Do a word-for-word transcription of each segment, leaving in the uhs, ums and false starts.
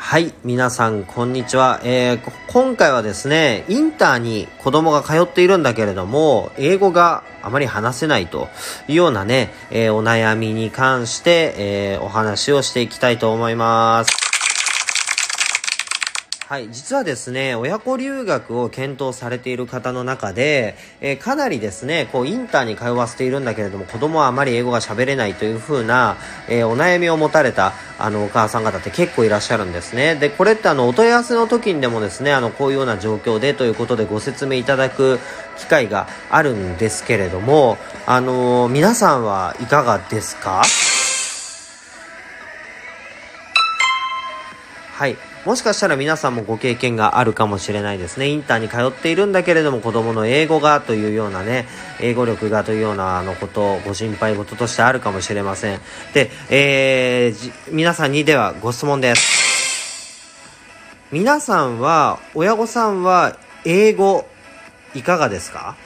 はい、皆さんこんにちは、えー、今回はですね、インターに子供が通っているんだけれども、英語があまり話せないというようなね、えー、お悩みに関して、えー、お話をしていきたいと思います。はい、実はですね、親子留学を検討されている方の中で、えー、かなりですね、こうインターに通わせているんだけれども、子供はあまり英語が喋れないという風な、えー、お悩みを持たれたあのお母さん方って結構いらっしゃるんですね。で、これってあのお問い合わせの時にでもですね、あのこういうような状況でということでご説明いただく機会があるんですけれども、あのー、皆さんはいかがですか？はい。もしかしたら皆さんもご経験があるかもしれないですね。インターに通っているんだけれども、子供の英語がというようなね、英語力がというようなあのことをご心配事としてあるかもしれません。で、えー、皆さんにではご質問です。皆さんは、親御さんは英語いかがですか？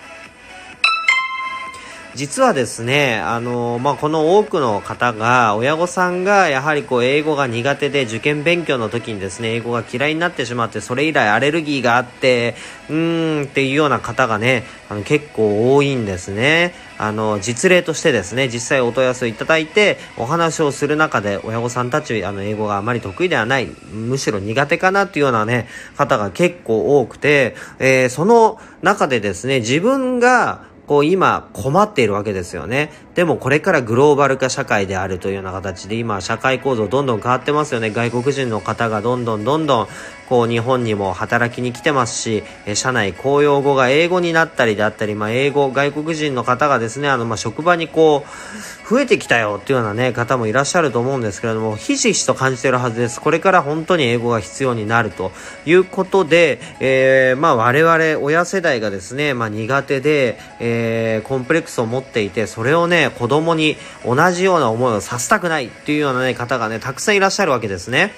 実はですね、あのまあ、この多くの方が、親御さんがやはりこう英語が苦手で受験勉強の時にですね、英語が嫌いになってしまって、それ以来アレルギーがあって、うーんっていうような方がね、あの結構多いんですね。あの実例としてですね、実際お問い合わせをいただいてお話をする中で、親御さんたちあの英語があまり得意ではない、むしろ苦手かなっていうようなね方が結構多くて、えー、その中でですね、自分がこう今困っているわけですよね。でもこれからグローバル化社会であるというような形で、今社会構造どんどん変わってますよね。外国人の方がどんどんどんどんこう日本にも働きに来てますし、社内公用語が英語になったりであったり、まあ英語外国人の方がですね、あのまあ職場にこう増えてきたよっていうようなね方もいらっしゃると思うんですけれども、ひしひしと感じているはずです。これから本当に英語が必要になるということで、えー、まあ我々親世代がですね、まあ苦手で、えー、コンプレックスを持っていて、それをね子供に同じような思いをさせたくないっていうような、ね、方がねたくさんいらっしゃるわけですね。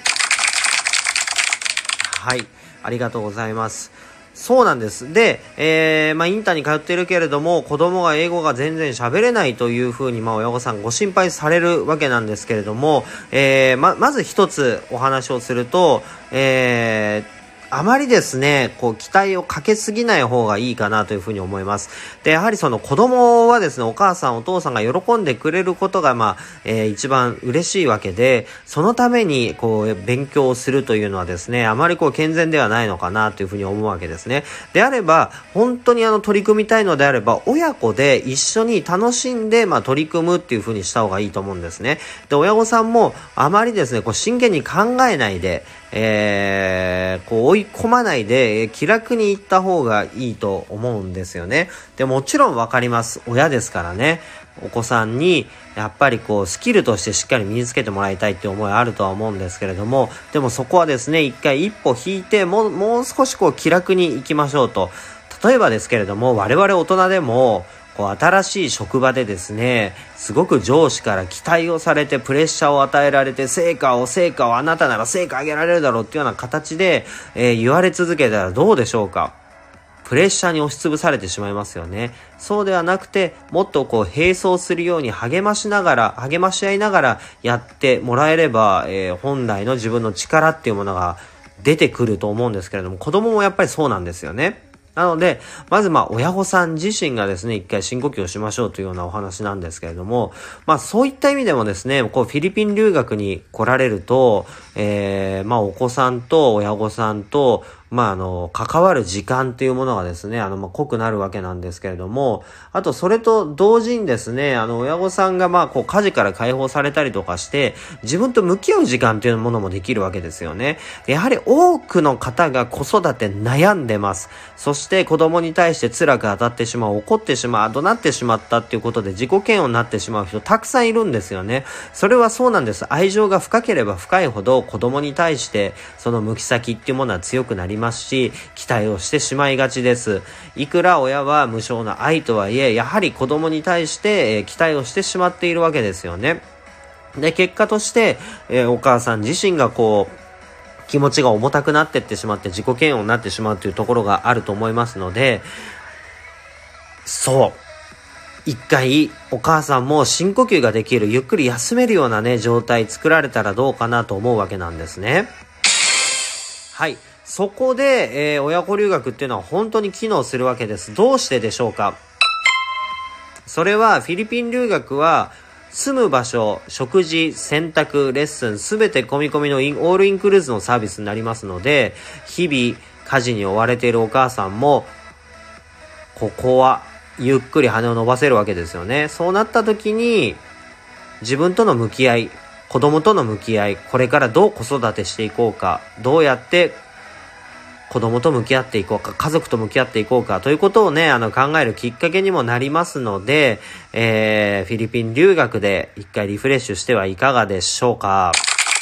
はい、ありがとうございます。そうなんです。で、えー、まあインターに通っているけれども、子供が英語が全然喋れないというふうに、まあ親御さんご心配されるわけなんですけれども、えー、ままず一つお話をすると、えーあまりですね、こう期待をかけすぎない方がいいかなというふうに思います。で、やはりその子供はですね、お母さんお父さんが喜んでくれることがまあ、えー、一番嬉しいわけで、そのためにこう勉強をするというのはですね、あまりこう健全ではないのかなというふうに思うわけですね。であれば、本当にあの取り組みたいのであれば、親子で一緒に楽しんでまあ取り組むっていうふうにした方がいいと思うんですね。で、親御さんもあまりですね、こう真剣に考えないで、えー、こう追い込まないで気楽に行った方がいいと思うんですよね。でもちろんわかります。親ですからね。お子さんにやっぱりこうスキルとしてしっかり身につけてもらいたいって思いあるとは思うんですけれども、でもそこはですね、一回一歩引いてもう、もう少しこう気楽に行きましょうと。例えばですけれども、我々大人でもこう新しい職場でですね、すごく上司から期待をされてプレッシャーを与えられて、成果を成果をあなたなら成果上げられるだろうっていうような形で、えー、言われ続けたらどうでしょうか。プレッシャーに押しつぶされてしまいますよね。そうではなくて、もっとこう並走するように励ましながら励まし合いながらやってもらえれば、えー、本来の自分の力っていうものが出てくると思うんですけれども、子供もやっぱりそうなんですよね。なので、まずまあ親御さん自身がですね、一回深呼吸をしましょうというようなお話なんですけれども、まあそういった意味でもですね、こうフィリピン留学に来られると、えー、まあお子さんと親御さんと、まああの、関わる時間っていうものがですね、あの、まあ濃くなるわけなんですけれども、あとそれと同時にですね、あの、親御さんがまあこう家事から解放されたりとかして、自分と向き合う時間っていうものもできるわけですよね。やはり多くの方が子育て悩んでます。そして子供に対して辛く当たってしまう、怒ってしまう、怒鳴ってしまったっていうことで自己嫌悪になってしまう人たくさんいるんですよね。それはそうなんです。愛情が深ければ深いほど子供に対してその向き先っていうものは強くなりますし、期待をしてしまいがちです。いくら親は無償な愛とはいえ、やはり子供に対して、えー、期待をしてしまっているわけですよね。で、結果として、えー、お母さん自身がこう気持ちが重たくなっていってしまって自己嫌悪になってしまうというところがあると思いますので、そう一回お母さんも深呼吸ができる、ゆっくり休めるようなね状態作られたらどうかなと思うわけなんですね。 はい。そこで、えー、親子留学っていうのは本当に機能するわけです。どうしてでしょうか？それは、フィリピン留学は、住む場所、食事、洗濯、レッスン、すべて込み込みのインオールインクルーズのサービスになりますので、日々家事に追われているお母さんも、ここはゆっくり羽を伸ばせるわけですよね。そうなった時に、自分との向き合い、子供との向き合い、これからどう子育てしていこうか、どうやって子供と向き合っていこうか、家族と向き合っていこうかということをね、あの考えるきっかけにもなりますので、えー、フィリピン留学で一回リフレッシュしてはいかがでしょうか。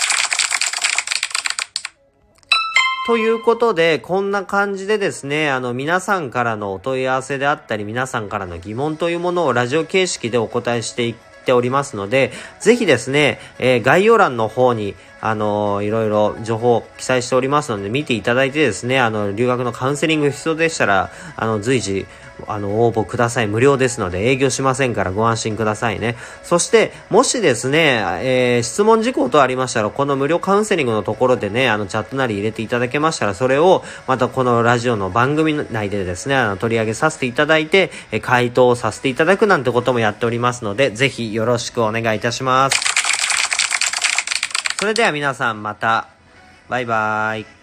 ということで、こんな感じでですね、あの皆さんからのお問い合わせであったり、皆さんからの疑問というものをラジオ形式でお答えしていっておりますので、ぜひですね、えー、概要欄の方にあのー、いろいろ情報を記載しておりますので見ていただいてですね、あの留学のカウンセリング必要でしたらあの随時あの応募ください。無料ですので営業しませんからご安心くださいね。そしてもしですね、えー、質問事項等ありましたらこの無料カウンセリングのところでね、あのチャットなり入れていただけましたら、それをまたこのラジオの番組内でですね、あの取り上げさせていただいて、え回答をさせていただくなんてこともやっておりますので、ぜひよろしくお願いいたします。それでは皆さんまた。バイバーイ。